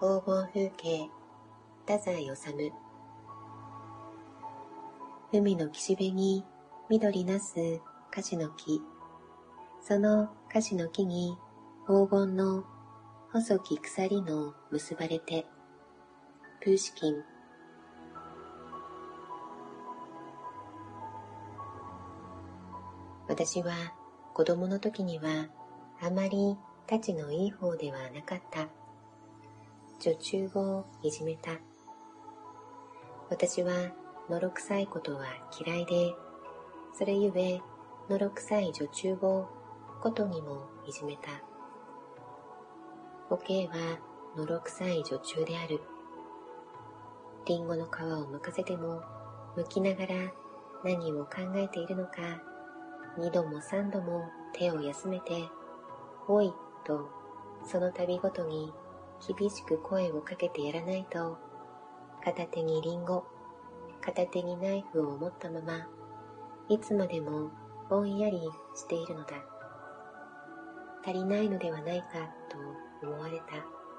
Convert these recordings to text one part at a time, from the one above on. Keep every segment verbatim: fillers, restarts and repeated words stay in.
黄金風景、太宰治。海の岸辺に緑なす樫の木、その樫の木に黄金の細き鎖の結ばれて、プーシキン。私は子供の時にはあまりたちのいい方ではなかった。女中をいじめた。私はのろくさいことは嫌いで、それゆえのろくさい女中をことにもいじめた。おけいはのろくさい女中である。リンゴの皮を剥かせても、剥きながら何を考えているのか、二度も三度も手を休めて、おいとその度ごとに厳しく声をかけてやらないと、片手にリンゴ、片手にナイフを持ったまま、いつまでもぼんやりしているのだ。足りないのではないかと思われた。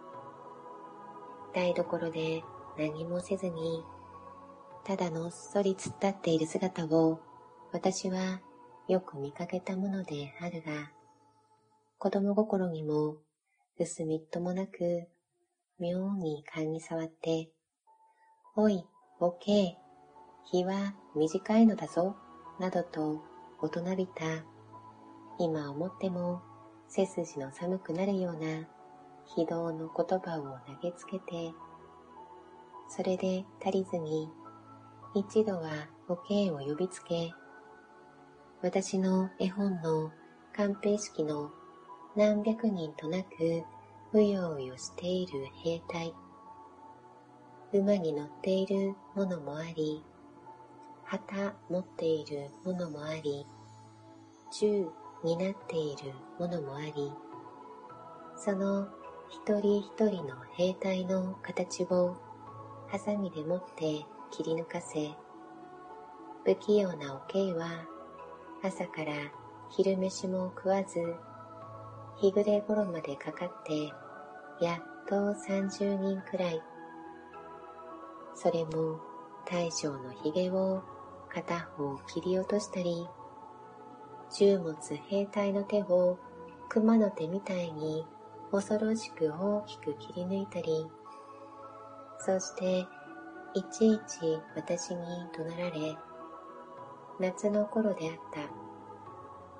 台所で何もせずに、ただのっそり突っ立っている姿を私はよく見かけたものであるが、子供心にも薄みっともなく、妙に勘に触って、おい、おけい、日は短いのだぞ、などと大人びた、今思っても背筋の寒くなるような非道の言葉を投げつけて、それで足りずに、一度はおけいを呼びつけ、私の絵本の鑑定式の何百人となくうようよしている兵隊、馬に乗っているものもあり、旗持っているものもあり、銃になっているものもあり、その一人一人の兵隊の形をハサミでもって切り抜かせ、不器用なおけいは朝から昼飯も食わず、日暮れ頃までかかってやっと三十人くらい、それも大将のひげを片方切り落としたり、銃持つ兵隊の手を熊の手みたいに恐ろしく大きく切り抜いたり、そしていちいち私に怒鳴られ、夏の頃であった。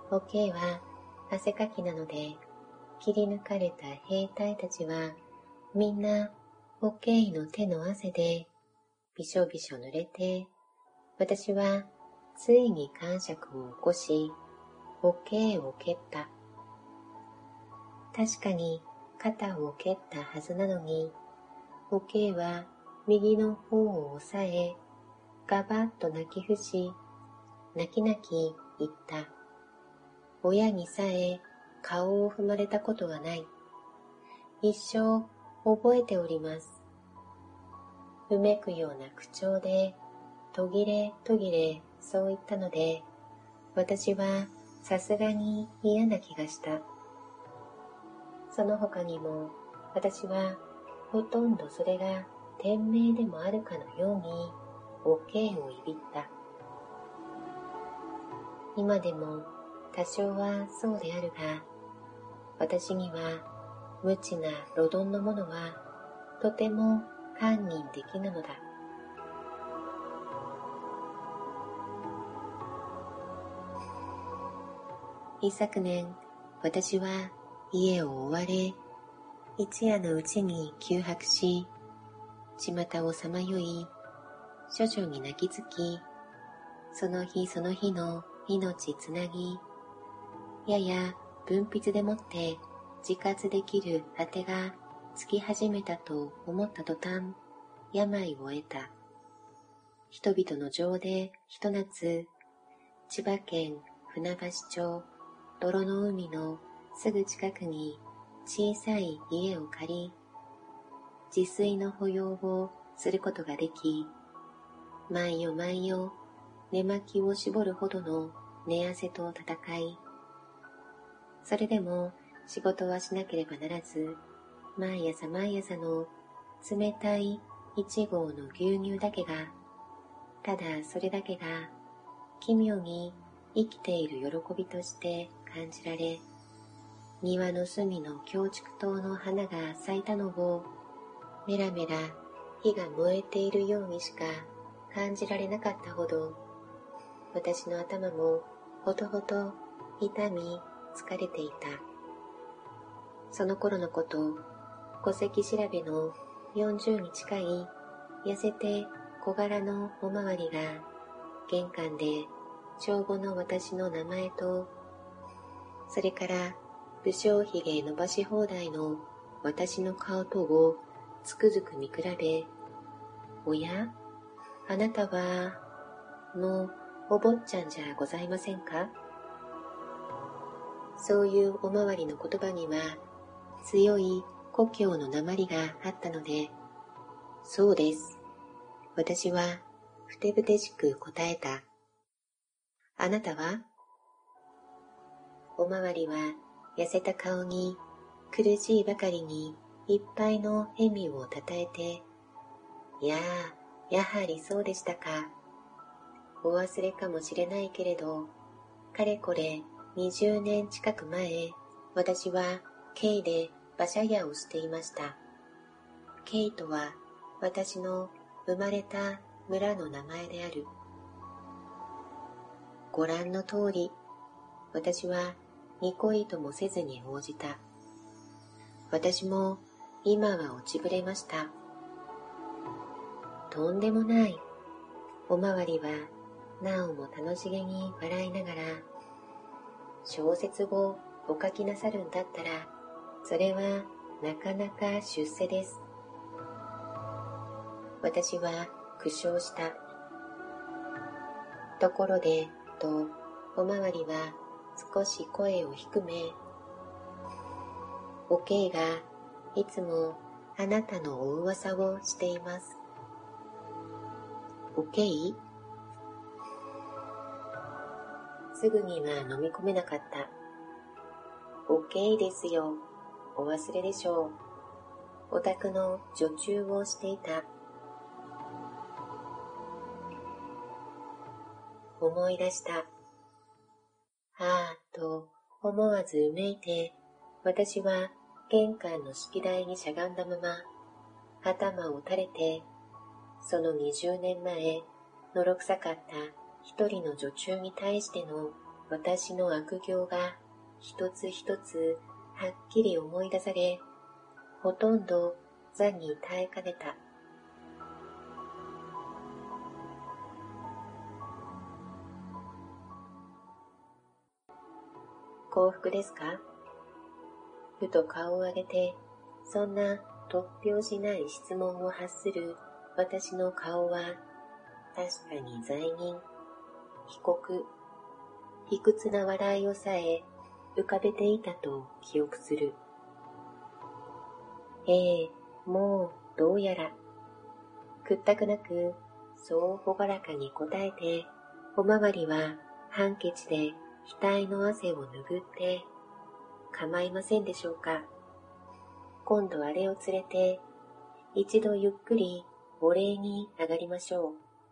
おけいは汗かきなので、切り抜かれた兵隊たちはみんなおけいの手の汗でびしょびしょ濡れて、私はついに癇癪を起こし、おけいを蹴った。確かに肩を蹴ったはずなのに、おけいは右の方を押さえ、ガバッと泣き伏し、泣き泣き言った。親にさえ顔を踏まれたことがない。一生覚えております。うめくような口調で、途切れ途切れそう言ったので、私はさすがに嫌な気がした。その他にも、私はほとんどそれが天命でもあるかのように、おけいをいびった。今でも多少はそうであるが、私には無知な路鈍の者はとても堪忍できぬのだ。一昨年、私は家を追われ、一夜のうちに窮迫し、巷をさまよい、処女に泣きつき、その日その日の命つなぎ、やや分筆でもって自活できるあてがつき始めたと思った途端、病を得た。人々の情でひと夏、千葉県船橋町泥の海のすぐ近くに小さい家を借り、自炊の保養をすることができ、毎夜毎夜寝巻きを絞るほどの寝汗と戦い、それでも仕事はしなければならず、毎朝毎朝の冷たい一合の牛乳だけが、ただそれだけが奇妙に生きている喜びとして感じられ、庭の隅の京竹島の花が咲いたのをメラメラ火が燃えているようにしか感じられなかったほど、私の頭もほとほと痛み疲れていた。その頃のこと、戸籍調べのよんじゅうに近い痩せて小柄のおまわりが玄関で帳簿の私の名前と、それから不精ひげ伸ばし放題の私の顔とをつくづく見比べ、おや、あなたは、のお坊ちゃんじゃございませんか？そういうおまわりの言葉には強い故郷の訛りがあったので、そうです。私はふてぶてしく答えた。あなたは？おまわりは痩せた顔に苦しいばかりにいっぱいの笑みをたたえて、いやあ、やはりそうでしたか。お忘れかもしれないけれど、かれこれにじゅうねん近く前、私はケイで馬車屋をしていました。ケイとは私の生まれた村の名前である。ご覧の通り、私はにこいともせずに応じた。私も今は落ちぶれました。とんでもない。おまわりはなおも楽しげに笑いながら、小説をお書きなさるんだったら、それはなかなか出世です。私は苦笑した。ところで、と、おまわりは少し声を低め、おけいがいつもあなたのお噂をしています。おけい？すぐには飲み込めなかった。おけいですよ。お忘れでしょう。お宅の女中をしていた。思い出した。ああ、と思わずうめいて、私は玄関の式台にしゃがんだまま、頭を垂れて、そのにじゅうねんまえ、のろくさかった一人の女中に対しての私の悪行が一つ一つはっきり思い出され、ほとんど座に耐えかねた。幸福ですか？ふと顔を上げて、そんな突拍子ない質問を発する私の顔は、確かに罪人、被告、卑屈な笑いをさえ浮かべていたと記憶する。ええ、もうどうやら、屈託なく、そうほがらかに答えて、おまわりはハンケチで額の汗を拭って、構いませんでしょうか。今度あれを連れて、一度ゆっくりお礼に上がりましょう。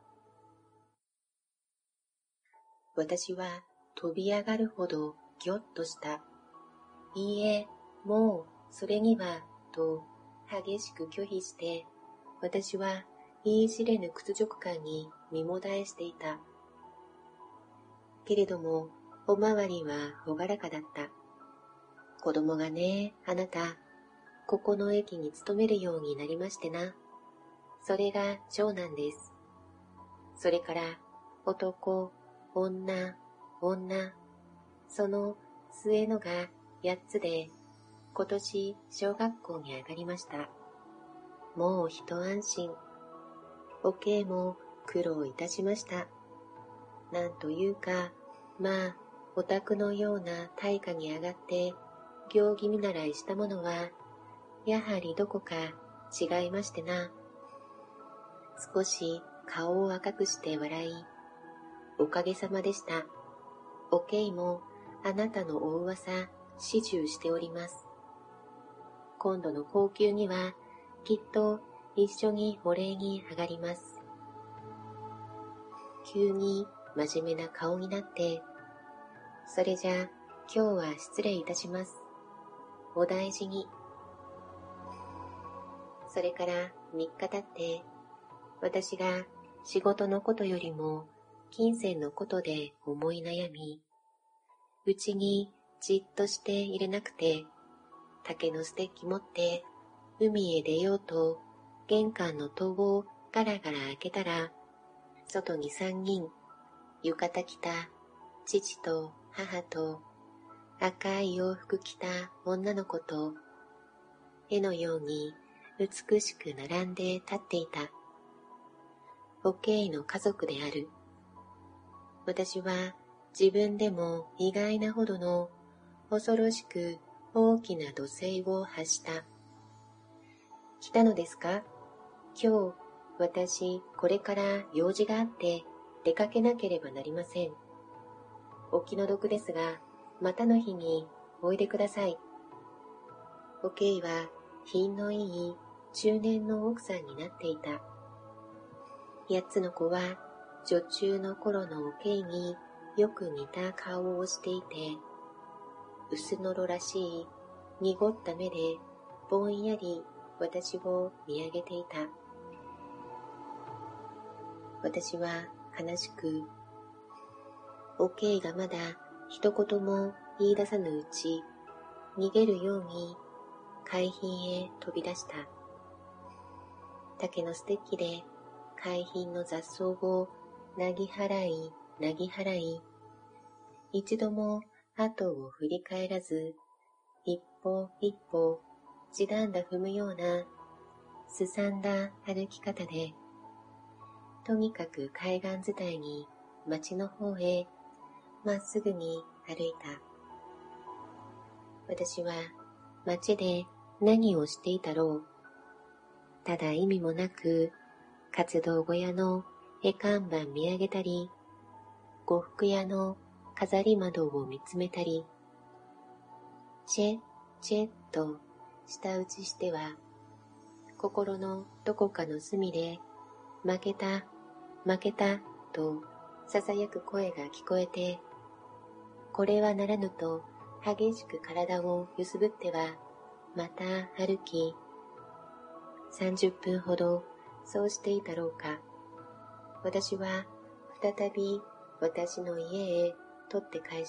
私は飛び上がるほどぎょっとした。いいえ、もうそれには、と激しく拒否して、私は言い知れぬ屈辱感に身もだえしていた。けれども、おまわりはほがらかだった。子供がね、あなた、ここの駅に勤めるようになりましてな。それが長男です。それから、男、女、女、その末のが八つで、今年小学校に上がりました。もう一安心。おけいも苦労いたしました。なんというか、まあ、お宅のような大家に上がって、行儀見習いしたものは、やはりどこか違いましてな。少し顔を赤くして笑い、おかげさまでした。おけいもあなたのお噂、始終しております。今度の高級には、きっと一緒にお礼に上がります。急に真面目な顔になって、それじゃ今日は失礼いたします。お大事に。それからみっか経って、私が仕事のことよりも金銭のことで思い悩み、うちにじっとしていれなくて、竹のステッキ持って海へ出ようと玄関の戸をガラガラ開けたら、外に三人、浴衣着た父と母と赤い洋服着た女の子と絵のように美しく並んで立っていた。お慶の家族である。私は自分でも意外なほどの恐ろしく大きな怒声を発した。来たのですか？今日、私、これから用事があって出かけなければなりません。お気の毒ですが、またの日においでください。お慶は品のいい中年の奥さんになっていた。八つの子は女中の頃のお慶によく似た顔をしていて、薄のろらしい濁った目でぼんやり私を見上げていた。私は悲しく、お慶がまだ一言も言い出さぬうち、逃げるように海浜へ飛び出した。竹のステッキで海浜の雑草をなぎ払いなぎ払い、一度も後を振り返らず、一歩一歩地団打踏むようなすさんだ歩き方で、とにかく海岸伝いに町の方へまっすぐに歩いた。私は町で何をしていたろう。ただ意味もなく活動小屋の絵看板見上げたり、呉服屋の飾り窓を見つめたり、チェッチェッと舌打ちしては、心のどこかの隅で負けた負けたと囁く声が聞こえて、これはならぬと激しく体を揺すぶってはまた歩き、三十分ほどそうしていたろうか。私は再び私の家へ取って返した。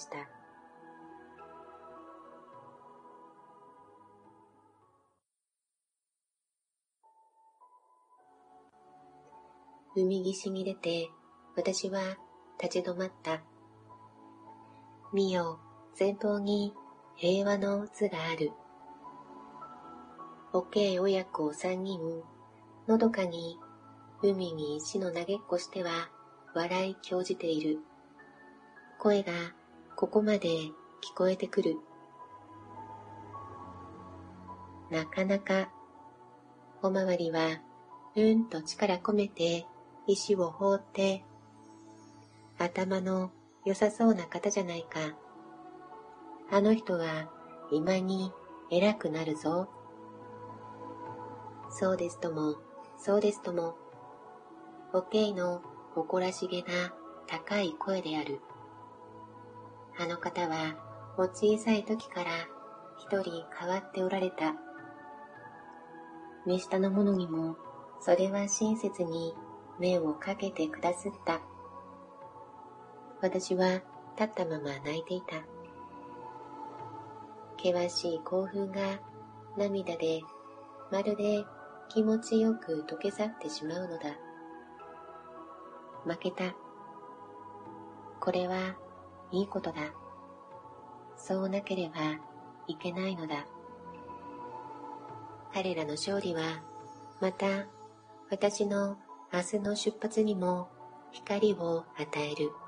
海岸に出て私は立ち止まった。見よ、前方に平和の図がある。お慶親子三人、のどかに海に石の投げっこしては笑い興じている。声がここまで聞こえてくる。なかなか、おまわりはうんと力込めて石を放って、頭の良さそうな方じゃないか。あの人は今に偉くなるぞ。そうですとも、そうですとも、お慶の誇らしげな高い声である。あの方はお小さい時から一人変わっておられた。目下の者にもそれは親切に目をかけてくださった。私は立ったまま泣いていた。険しい興奮が涙でまるで気持ちよく溶け去ってしまうのだ。負けた。これはいいことだ。そうなければいけないのだ。彼らの勝利はまた私の明日の出発にも光を与える。